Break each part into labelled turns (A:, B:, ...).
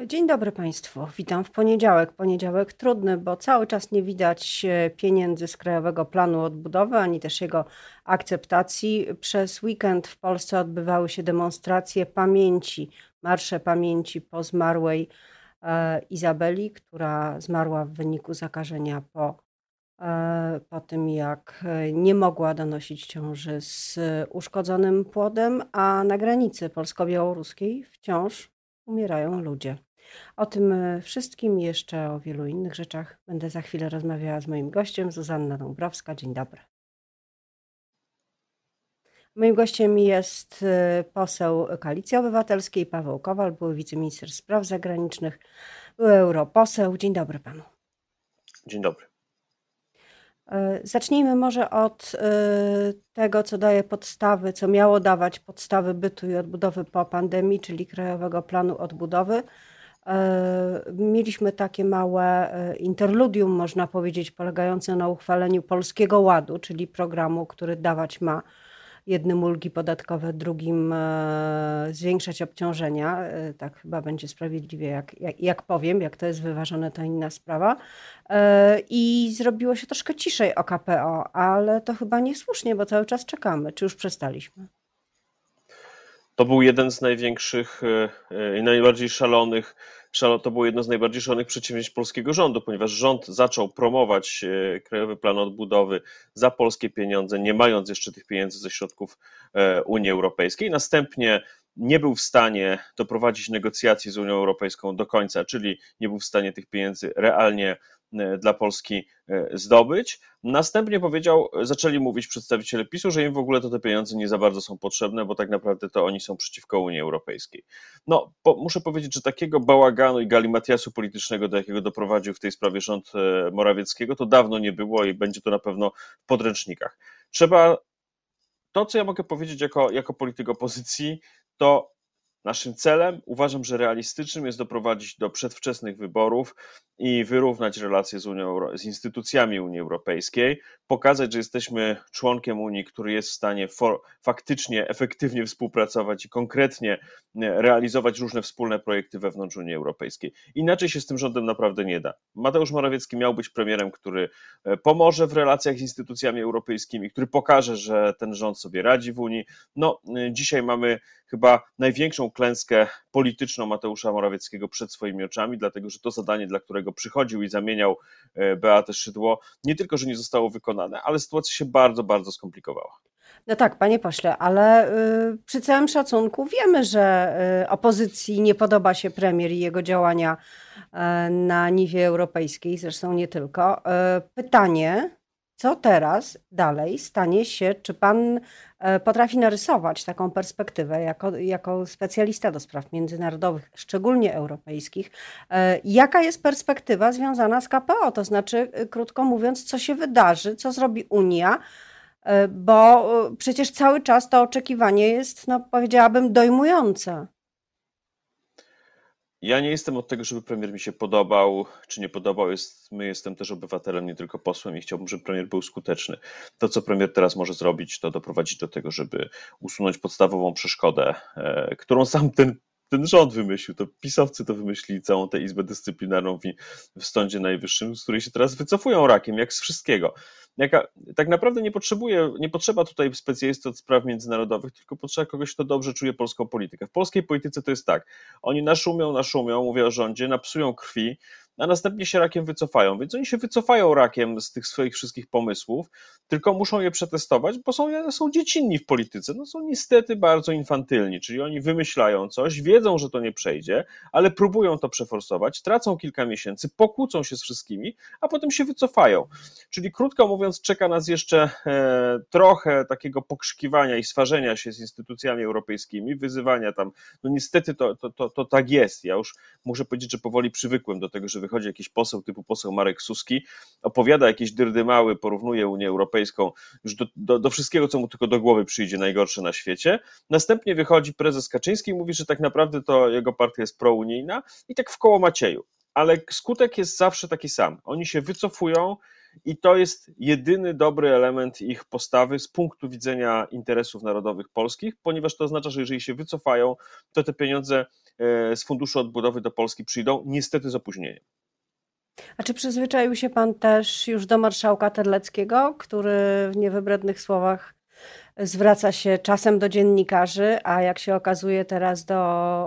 A: Dzień dobry Państwu. Witam w poniedziałek. Poniedziałek trudny, bo cały czas nie widać pieniędzy z Krajowego Planu Odbudowy, ani też jego akceptacji. Przez weekend w Polsce odbywały się demonstracje pamięci, marsze pamięci po zmarłej Izabeli, która zmarła w wyniku zakażenia po tym, jak nie mogła donosić ciąży z uszkodzonym płodem, a na granicy polsko-białoruskiej wciąż umierają ludzie. O tym wszystkim i jeszcze o wielu innych rzeczach będę za chwilę rozmawiała z moim gościem, Zuzanna Dąbrowska. Dzień dobry. Moim gościem jest poseł Koalicji Obywatelskiej Paweł Kowal, były wiceminister spraw zagranicznych, były europoseł. Dzień dobry panu.
B: Dzień dobry.
A: Zacznijmy może od tego, co daje podstawy, co miało dawać podstawy bytu i odbudowy po pandemii, czyli Krajowego Planu Odbudowy. Mieliśmy takie małe interludium, można powiedzieć, polegające na uchwaleniu Polskiego Ładu, czyli programu, który dawać ma jednym ulgi podatkowe, drugim zwiększać obciążenia. Tak chyba będzie sprawiedliwie, jak powiem, jak to jest wyważone, to inna sprawa. I zrobiło się troszkę ciszej o KPO, ale to chyba niesłusznie, bo cały czas czekamy. Czy już przestaliśmy?
B: To był jeden z największych i najbardziej szalonych, to było jedno z najbardziej szalonych przedsięwzięć polskiego rządu, ponieważ rząd zaczął promować Krajowy Plan Odbudowy za polskie pieniądze, nie mając jeszcze tych pieniędzy ze środków Unii Europejskiej. Następnie nie był w stanie doprowadzić negocjacji z Unią Europejską do końca, czyli nie był w stanie tych pieniędzy realnie dla Polski zdobyć. Następnie zaczęli mówić przedstawiciele PiS-u, że im w ogóle te pieniądze nie za bardzo są potrzebne, bo tak naprawdę to oni są przeciwko Unii Europejskiej. No, muszę powiedzieć, że takiego bałaganu i galimatiasu politycznego, do jakiego doprowadził w tej sprawie rząd Morawieckiego, to dawno nie było i będzie to na pewno w podręcznikach. To, co ja mogę powiedzieć jako polityk opozycji, to naszym celem, uważam, że realistycznym jest doprowadzić do przedwczesnych wyborów i wyrównać relacje z instytucjami Unii Europejskiej, pokazać, że jesteśmy członkiem Unii, który jest w stanie faktycznie, efektywnie współpracować i konkretnie realizować różne wspólne projekty wewnątrz Unii Europejskiej. Inaczej się z tym rządem naprawdę nie da. Mateusz Morawiecki miał być premierem, który pomoże w relacjach z instytucjami europejskimi, który pokaże, że ten rząd sobie radzi w Unii. No, dzisiaj mamy chyba największą klęskę polityczną Mateusza Morawieckiego przed swoimi oczami, dlatego że to zadanie, dla którego przychodził i zamieniał Beatę Szydło, nie tylko, że nie zostało wykonane, ale sytuacja się bardzo, bardzo skomplikowała.
A: No tak, panie pośle, ale przy całym szacunku wiemy, że opozycji nie podoba się premier i jego działania na niwie europejskiej, zresztą nie tylko. Pytanie, co teraz dalej stanie się, czy pan potrafi narysować taką perspektywę jako specjalista do spraw międzynarodowych, szczególnie europejskich? Jaka jest perspektywa związana z KPO? To znaczy, krótko mówiąc, co się wydarzy, co zrobi Unia? Bo przecież cały czas to oczekiwanie jest, no powiedziałabym, dojmujące.
B: Ja nie jestem od tego, żeby premier mi się podobał, czy nie podobał. Jestem też obywatelem, nie tylko posłem i chciałbym, żeby premier był skuteczny. To, co premier teraz może zrobić, to doprowadzić do tego, żeby usunąć podstawową przeszkodę, którą sam ten rząd wymyślił, to pisowcy to wymyślili, całą tę Izbę Dyscyplinarną w Sądzie Najwyższym, z której się teraz wycofują rakiem, jak z wszystkiego. Tak naprawdę nie potrzeba tutaj specjalisty od spraw międzynarodowych, tylko potrzeba kogoś, kto dobrze czuje polską politykę. W polskiej polityce to jest tak, oni naszumią, mówię o rządzie, napsują krwi, a następnie się rakiem wycofają. Więc oni się wycofają rakiem z tych swoich wszystkich pomysłów, tylko muszą je przetestować, bo są dziecinni w polityce. No są niestety bardzo infantylni, czyli oni wymyślają coś, wiedzą, że to nie przejdzie, ale próbują to przeforsować, tracą kilka miesięcy, pokłócą się z wszystkimi, a potem się wycofają. Czyli krótko mówiąc, czeka nas jeszcze trochę takiego pokrzykiwania i swarzenia się z instytucjami europejskimi, wyzywania tam. No niestety to tak jest. Ja już muszę powiedzieć, że powoli przywykłem do tego, że wychodzi jakiś poseł typu poseł Marek Suski, opowiada jakieś dyrdymały, porównuje Unię Europejską już do wszystkiego, co mu tylko do głowy przyjdzie, najgorsze na świecie. Następnie wychodzi prezes Kaczyński i mówi, że tak naprawdę to jego partia jest prounijna i tak w koło Macieju. Ale skutek jest zawsze taki sam. Oni się wycofują i to jest jedyny dobry element ich postawy z punktu widzenia interesów narodowych polskich, ponieważ to oznacza, że jeżeli się wycofają, to te pieniądze z Funduszu Odbudowy do Polski przyjdą, niestety z opóźnieniem.
A: A czy przyzwyczaił się pan też już do marszałka Terleckiego, który w niewybrednych słowach zwraca się czasem do dziennikarzy, a jak się okazuje teraz do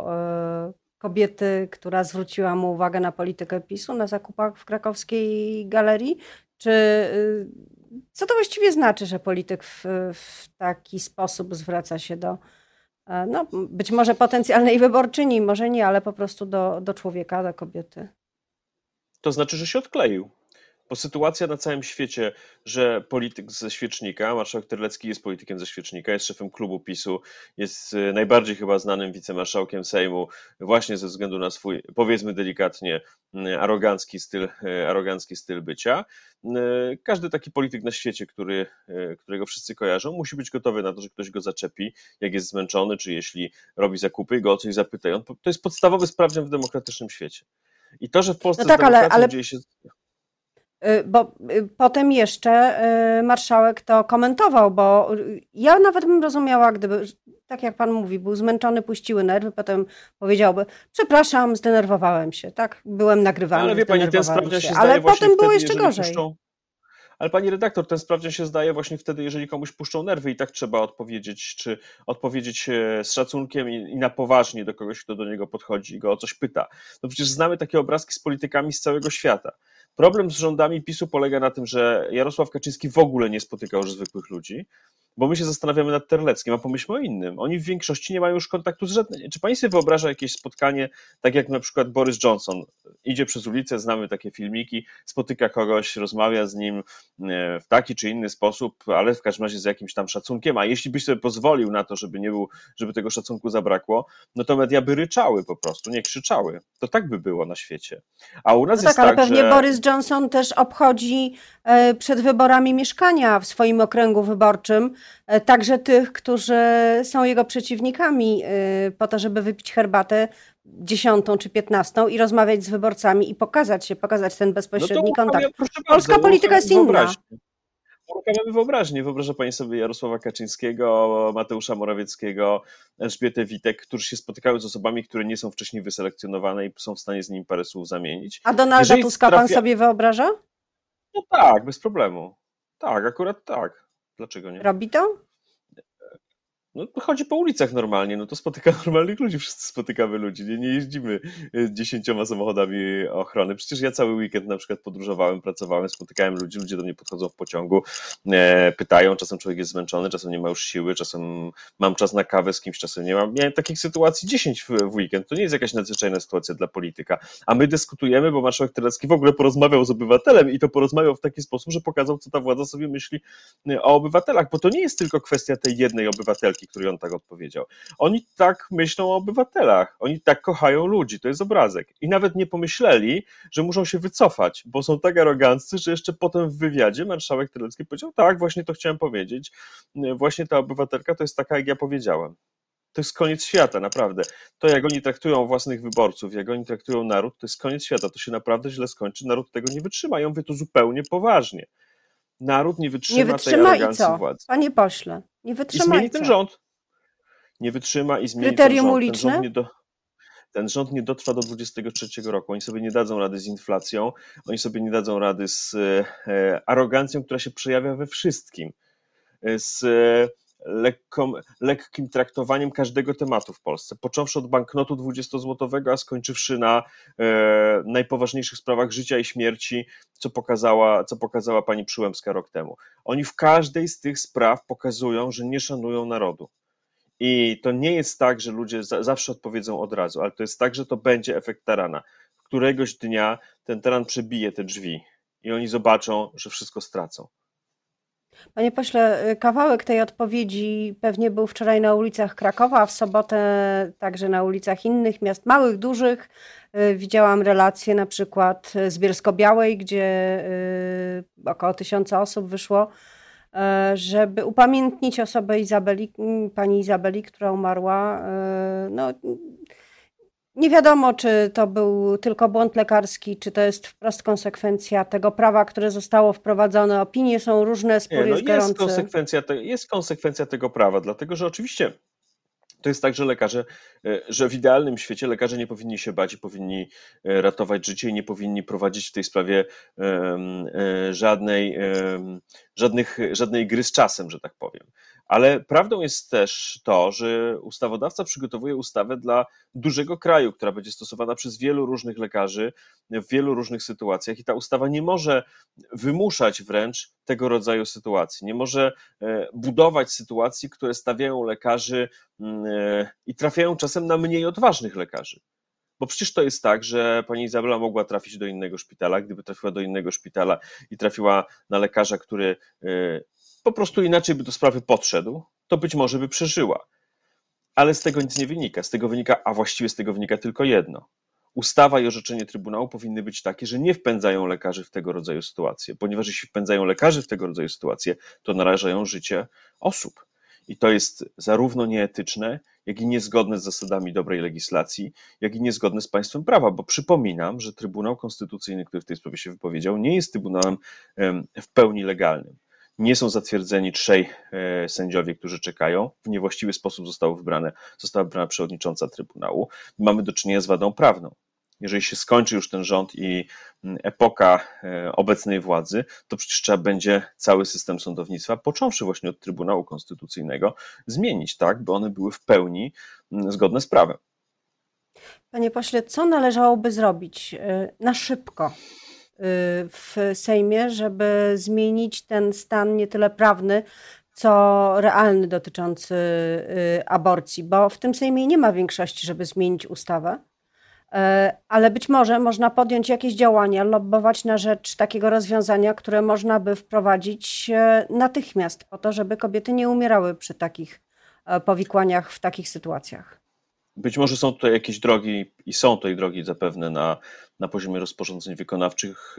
A: kobiety, która zwróciła mu uwagę na politykę PiS-u na zakupach w krakowskiej galerii? Czy co to właściwie znaczy, że polityk w taki sposób zwraca się do no, być może potencjalnej wyborczyni, może nie, ale po prostu do człowieka, do kobiety?
B: To znaczy, że się odkleił. Bo sytuacja na całym świecie, że polityk ze świecznika, marszałek Terlecki jest politykiem ze świecznika, jest szefem klubu PiS-u, jest najbardziej chyba znanym wicemarszałkiem Sejmu właśnie ze względu na swój, powiedzmy delikatnie, arogancki styl bycia. Każdy taki polityk na świecie, którego wszyscy kojarzą, musi być gotowy na to, że ktoś go zaczepi, jak jest zmęczony, czy jeśli robi zakupy i go o coś zapytają. To jest podstawowy sprawdzian w demokratycznym świecie. I to, że w Polsce
A: No tak,
B: z demokracją
A: ale
B: dzieje się...
A: Bo potem jeszcze marszałek to komentował, bo ja nawet bym rozumiała, gdyby, tak jak pan mówi, był zmęczony, puściły nerwy, potem powiedziałby, przepraszam, zdenerwowałem się, tak, byłem nagrywany,
B: Ale wie pani, ten
A: zdenerwowałem
B: sprawdzian się
A: się,
B: zdaje
A: ale
B: właśnie
A: potem było
B: wtedy,
A: jeszcze
B: jeżeli
A: gorzej.
B: Ale pani redaktor, ten sprawdzian się zdaje właśnie wtedy, jeżeli komuś puszczą nerwy i tak trzeba odpowiedzieć, czy odpowiedzieć z szacunkiem i na poważnie do kogoś, kto do niego podchodzi i go o coś pyta. No przecież znamy takie obrazki z politykami z całego świata. Problem z rządami PiS-u polega na tym, że Jarosław Kaczyński w ogóle nie spotykał już zwykłych ludzi, bo my się zastanawiamy nad Terleckim, a pomyślmy o innym. Oni w większości nie mają już kontaktu z żadnym. Czy pani sobie wyobraża jakieś spotkanie, tak jak na przykład Boris Johnson idzie przez ulicę, znamy takie filmiki, spotyka kogoś, rozmawia z nim w taki czy inny sposób, ale w każdym razie z jakimś tam szacunkiem, a jeśli byś sobie pozwolił na to, żeby tego szacunku zabrakło, no to media by ryczały po prostu, nie krzyczały. To tak by było na świecie. A u nas
A: No
B: jest
A: tak, ale
B: tak,
A: pewnie
B: że...
A: Boris Johnson też obchodzi przed wyborami mieszkania w swoim okręgu wyborczym, także tych, którzy są jego przeciwnikami, po to, żeby wypić herbatę 10 czy 15 i rozmawiać z wyborcami i pokazać ten
B: No to
A: bezpośredni kontakt.
B: proszę
A: Polska
B: bardzo,
A: polityka jest inna.
B: Uruchamiamy wyobraźnię. Wyobraża pani sobie Jarosława Kaczyńskiego, Mateusza Morawieckiego, Elżbietę Witek, którzy się spotykają z osobami, które nie są wcześniej wyselekcjonowane i są w stanie z nimi parę słów zamienić.
A: A Donalda Tuska pan sobie wyobraża?
B: No tak, bez problemu. Tak, akurat tak. Dlaczego nie?
A: Robi to?
B: No, chodzi po ulicach normalnie, no to spotyka normalnych ludzi, wszyscy spotykamy ludzi, nie jeździmy 10 samochodami ochrony. Przecież ja cały weekend na przykład podróżowałem, pracowałem, spotykałem ludzi, ludzie do mnie podchodzą w pociągu, pytają, czasem człowiek jest zmęczony, czasem nie ma już siły, czasem mam czas na kawę z kimś, czasem nie mam. Miałem takich sytuacji 10 w weekend, to nie jest jakaś nadzwyczajna sytuacja dla polityka, a my dyskutujemy, bo marszałek Terlecki w ogóle porozmawiał z obywatelem i to porozmawiał w taki sposób, że pokazał, co ta władza sobie myśli o obywatelach, bo to nie jest tylko kwestia tej jednej obywatelki, który on tak odpowiedział. Oni tak myślą o obywatelach, oni tak kochają ludzi, to jest obrazek. I nawet nie pomyśleli, że muszą się wycofać, bo są tak aroganccy, że jeszcze potem w wywiadzie marszałek Terlecki powiedział, tak, właśnie to chciałem powiedzieć, właśnie ta obywatelka to jest taka, jak ja powiedziałem. To jest koniec świata, naprawdę. To, jak oni traktują własnych wyborców, jak oni traktują naród, to jest koniec świata, to się naprawdę źle skończy, naród tego nie wytrzyma. Ja mówię to zupełnie poważnie. Naród nie wytrzyma tej arogancji władzy.
A: Panie pośle, nie wytrzyma
B: i zmieni ten rząd. Nie wytrzyma i zmieni
A: Kryterium
B: ten rząd.
A: uliczne?
B: Ten rząd nie dotrwa do 2023 roku. Oni sobie nie dadzą rady z inflacją, oni sobie nie dadzą rady z arogancją, która się przejawia we wszystkim. Z lekkim traktowaniem każdego tematu w Polsce, począwszy od banknotu 20-złotowego, a skończywszy na najpoważniejszych sprawach życia i śmierci, co pokazała pani Przyłębska rok temu. Oni w każdej z tych spraw pokazują, że nie szanują narodu. I to nie jest tak, że ludzie zawsze odpowiedzą od razu, ale to jest tak, że to będzie efekt tarana. Któregoś dnia ten taran przebije te drzwi i oni zobaczą, że wszystko stracą.
A: Panie pośle, kawałek tej odpowiedzi pewnie był wczoraj na ulicach Krakowa, a w sobotę także na ulicach innych miast, małych, dużych. Widziałam relacje na przykład z Bielsko-Białej, gdzie około 1000 osób wyszło, żeby upamiętnić osobę pani Izabeli, która umarła. No, nie wiadomo, czy to był tylko błąd lekarski, czy to jest wprost konsekwencja tego prawa, które zostało wprowadzone. Opinie są różne, spór jest gorący.
B: Jest konsekwencja tego prawa, dlatego że oczywiście To jest tak, że w idealnym świecie lekarze nie powinni się bać i powinni ratować życie i nie powinni prowadzić w tej sprawie żadnej gry z czasem, że tak powiem. Ale prawdą jest też to, że ustawodawca przygotowuje ustawę dla dużego kraju, która będzie stosowana przez wielu różnych lekarzy w wielu różnych sytuacjach i ta ustawa nie może wymuszać wręcz tego rodzaju sytuacji. Nie może budować sytuacji, które stawiają lekarzy i trafiają czasem na mniej odważnych lekarzy. Bo przecież to jest tak, że pani Izabela mogła trafić do innego szpitala. Gdyby trafiła do innego szpitala i trafiła na lekarza, który po prostu inaczej by do sprawy podszedł, to być może by przeżyła. Ale z tego nic nie wynika. A właściwie z tego wynika tylko jedno. Ustawa i orzeczenie Trybunału powinny być takie, że nie wpędzają lekarzy w tego rodzaju sytuacje, ponieważ jeśli wpędzają lekarzy w tego rodzaju sytuacje, to narażają życie osób. I to jest zarówno nieetyczne, jak i niezgodne z zasadami dobrej legislacji, jak i niezgodne z państwem prawa, bo przypominam, że Trybunał Konstytucyjny, który w tej sprawie się wypowiedział, nie jest trybunałem w pełni legalnym. Nie są zatwierdzeni 3 sędziowie, którzy czekają. W niewłaściwy sposób została wybrana przewodnicząca Trybunału. Mamy do czynienia z wadą prawną. Jeżeli się skończy już ten rząd i epoka obecnej władzy, to przecież trzeba będzie cały system sądownictwa, począwszy właśnie od Trybunału Konstytucyjnego, zmienić tak, by one były w pełni zgodne z prawem.
A: Panie pośle, co należałoby zrobić na szybko w Sejmie, żeby zmienić ten stan nie tyle prawny, co realny dotyczący aborcji? Bo w tym Sejmie nie ma większości, żeby zmienić ustawę, ale być może można podjąć jakieś działania, lobbować na rzecz takiego rozwiązania, które można by wprowadzić natychmiast, po to, żeby kobiety nie umierały przy takich powikłaniach, w takich sytuacjach.
B: Być może są tutaj jakieś drogi i są tutaj drogi zapewne na poziomie rozporządzeń wykonawczych.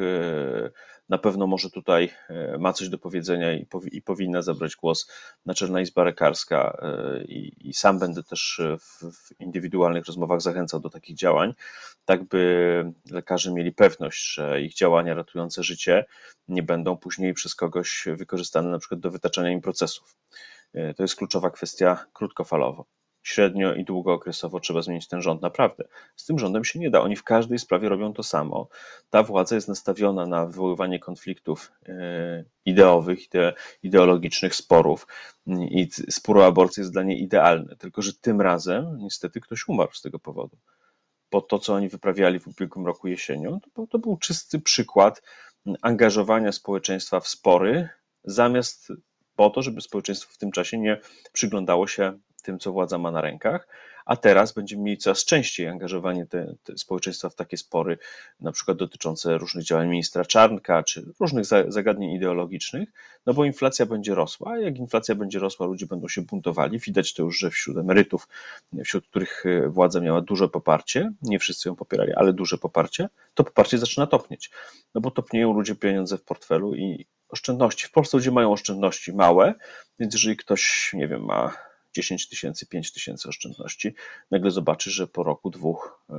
B: Na pewno może tutaj ma coś do powiedzenia i powinna zabrać głos Naczelna Izba Lekarska i sam będę też w indywidualnych rozmowach zachęcał do takich działań, tak by lekarze mieli pewność, że ich działania ratujące życie nie będą później przez kogoś wykorzystane na przykład do wytaczania im procesów. To jest kluczowa kwestia krótkofalowo. Średnio i długookresowo trzeba zmienić ten rząd naprawdę. Z tym rządem się nie da. Oni w każdej sprawie robią to samo. Ta władza jest nastawiona na wywoływanie konfliktów ideowych, ideologicznych, sporów i spór o aborcję jest dla niej idealny. Tylko że tym razem niestety ktoś umarł z tego powodu. Bo to, co oni wyprawiali w ubiegłym roku jesienią, to był czysty przykład angażowania społeczeństwa w spory, zamiast po to, żeby społeczeństwo w tym czasie nie przyglądało się tym, co władza ma na rękach, a teraz będziemy mieli coraz częściej angażowanie te społeczeństwa w takie spory, na przykład dotyczące różnych działań ministra Czarnka, czy różnych zagadnień ideologicznych, no bo inflacja będzie rosła, a jak inflacja będzie rosła, ludzie będą się buntowali. Widać to już, że wśród emerytów, wśród których władza miała duże poparcie, nie wszyscy ją popierali, ale duże poparcie, to poparcie zaczyna topnieć, no bo topnieją ludzie pieniądze w portfelu i oszczędności. W Polsce ludzie mają oszczędności małe, więc jeżeli ktoś, nie wiem, ma 10 tysięcy, 5 tysięcy oszczędności, nagle zobaczy, że po roku, 2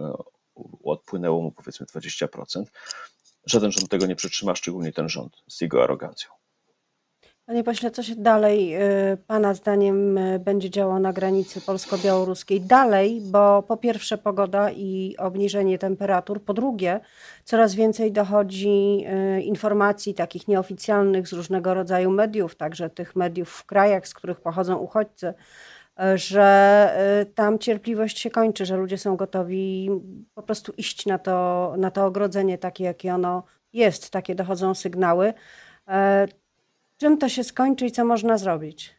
B: odpłynęło mu powiedzmy 20%. Żaden rząd tego nie przetrzyma, szczególnie ten rząd z jego arogancją.
A: Panie pośle, co się dalej Pana zdaniem będzie działo na granicy polsko-białoruskiej? Dalej, bo po pierwsze pogoda i obniżenie temperatur, po drugie coraz więcej dochodzi informacji takich nieoficjalnych z różnego rodzaju mediów, także tych mediów w krajach, z których pochodzą uchodźcy, że tam cierpliwość się kończy, że ludzie są gotowi po prostu iść na to ogrodzenie takie, jakie ono jest, takie dochodzą sygnały. Czym to się skończy i co można zrobić?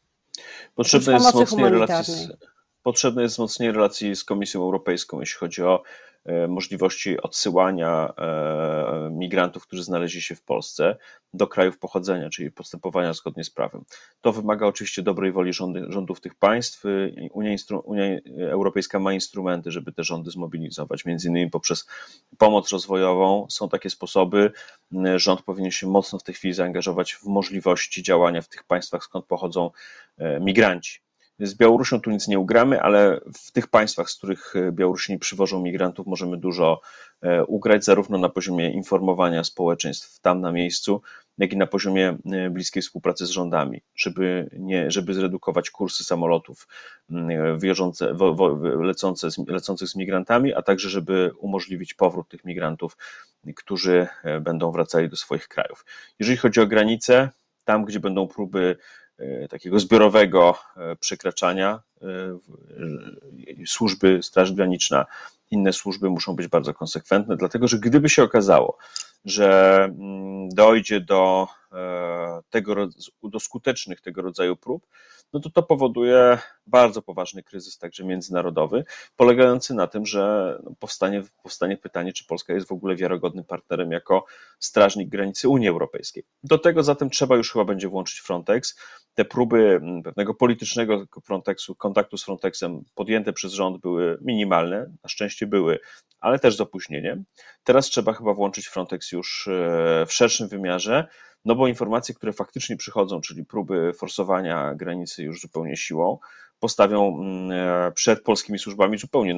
B: Potrzebne jest wzmocnienie relacji z Komisją Europejską, jeśli chodzi o możliwości odsyłania migrantów, którzy znaleźli się w Polsce, do krajów pochodzenia, czyli postępowania zgodnie z prawem. To wymaga oczywiście dobrej woli rządów tych państw. Unia Europejska ma instrumenty, żeby te rządy zmobilizować, między innymi poprzez pomoc rozwojową. Są takie sposoby. Rząd powinien się mocno w tej chwili zaangażować w możliwości działania w tych państwach, skąd pochodzą migranci. Z Białorusią tu nic nie ugramy, ale w tych państwach, z których Białorusini przywożą migrantów, możemy dużo ugrać, zarówno na poziomie informowania społeczeństw tam na miejscu, jak i na poziomie bliskiej współpracy z rządami, żeby zredukować kursy samolotów lecących z migrantami, a także żeby umożliwić powrót tych migrantów, którzy będą wracali do swoich krajów. Jeżeli chodzi o granice, tam gdzie będą próby takiego zbiorowego przekraczania, służby, Straż Graniczna, inne służby muszą być bardzo konsekwentne, dlatego że gdyby się okazało, że dojdzie do skutecznych tego rodzaju prób, no to powoduje bardzo poważny kryzys, także międzynarodowy, polegający na tym, że powstanie pytanie, czy Polska jest w ogóle wiarygodnym partnerem jako strażnik granicy Unii Europejskiej. Do tego zatem trzeba już chyba będzie włączyć Frontex. Te próby pewnego politycznego kontaktu z Frontexem podjęte przez rząd były minimalne, na szczęście były, ale też z opóźnieniem. Teraz trzeba chyba włączyć Frontex już w szerszym wymiarze, no bo informacje, które faktycznie przychodzą, czyli próby forsowania granicy już zupełnie siłą, postawią przed polskimi służbami zupełnie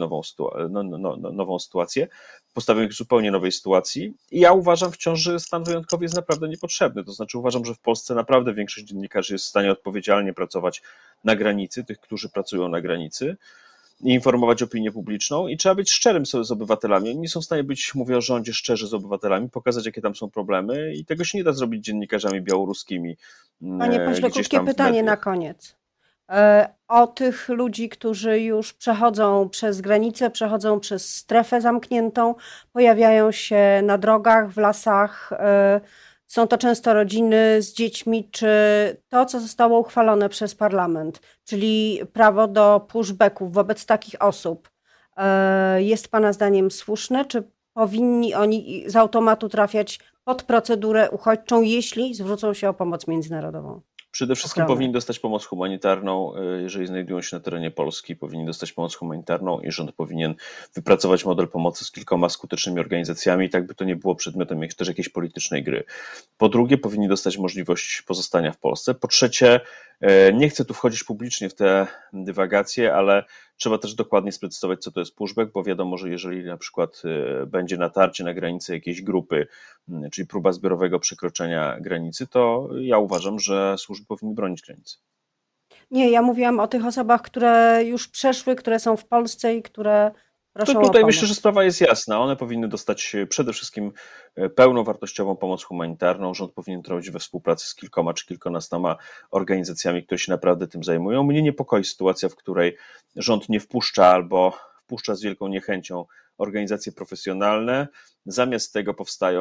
B: nową sytuację, postawią ich w zupełnie nowej sytuacji i ja uważam wciąż, że stan wyjątkowy jest naprawdę niepotrzebny, to znaczy uważam, że w Polsce naprawdę większość dziennikarzy jest w stanie odpowiedzialnie pracować na granicy, tych, którzy pracują na granicy, i informować opinię publiczną i trzeba być szczerym sobie z obywatelami. Oni nie są w stanie być, mówię o rządzie, szczerzy z obywatelami, pokazać, jakie tam są problemy i tego się nie da zrobić dziennikarzami białoruskimi.
A: Panie pośle, krótkie pytanie na koniec. O tych ludzi, którzy już przechodzą przez granicę, przechodzą przez strefę zamkniętą, pojawiają się na drogach, w lasach. Są to często rodziny z dziećmi. Czy to, co zostało uchwalone przez parlament, czyli prawo do pushbacków wobec takich osób, jest Pana zdaniem słuszne? Czy powinni oni z automatu trafiać pod procedurę uchodźczą, jeśli zwrócą się o pomoc międzynarodową?
B: Przede wszystkim powinni dostać pomoc humanitarną, jeżeli znajdują się na terenie Polski, powinni dostać pomoc humanitarną i rząd powinien wypracować model pomocy z kilkoma skutecznymi organizacjami, tak by to nie było przedmiotem też jakiejś politycznej gry. Po drugie, powinni dostać możliwość pozostania w Polsce. Po trzecie, nie chcę tu wchodzić publicznie w te dywagacje, ale trzeba też dokładnie sprecyzować, co to jest pushback, bo wiadomo, że jeżeli na przykład będzie natarcie na granicę jakiejś grupy, czyli próba zbiorowego przekroczenia granicy, to ja uważam, że służby powinny bronić granicy.
A: Nie, ja mówiłam o tych osobach, które już przeszły, które są w Polsce i które proszą
B: To
A: o
B: tutaj
A: pomoc.
B: myślę, że sprawa jest jasna. One powinny dostać przede wszystkim pełnowartościową pomoc humanitarną. Rząd powinien to robić we współpracy z kilkoma czy kilkunastoma organizacjami, które się naprawdę tym zajmują. Mnie niepokoi sytuacja, w której rząd nie wpuszcza albo wpuszcza z wielką niechęcią organizacje profesjonalne. Zamiast tego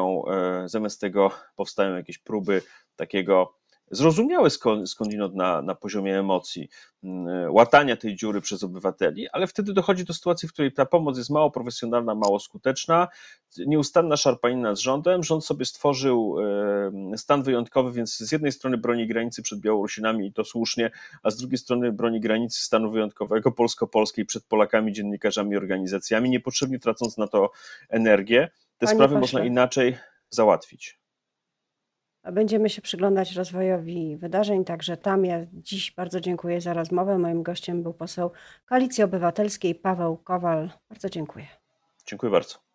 B: powstają jakieś próby takiego zrozumiałe skądinąd na poziomie emocji, łatania tej dziury przez obywateli, ale wtedy dochodzi do sytuacji, w której ta pomoc jest mało profesjonalna, mało skuteczna, nieustanna szarpanina z rządem. Rząd sobie stworzył stan wyjątkowy, więc z jednej strony broni granicy przed Białorusinami i to słusznie, a z drugiej strony broni granicy stanu wyjątkowego polsko-polskiej przed Polakami, dziennikarzami, organizacjami, niepotrzebnie tracąc na to energię. Te sprawy można inaczej załatwić.
A: Będziemy się przyglądać rozwojowi wydarzeń, także tam. Ja dziś bardzo dziękuję za rozmowę. Moim gościem był poseł Koalicji Obywatelskiej Paweł Kowal. Bardzo dziękuję.
B: Dziękuję bardzo.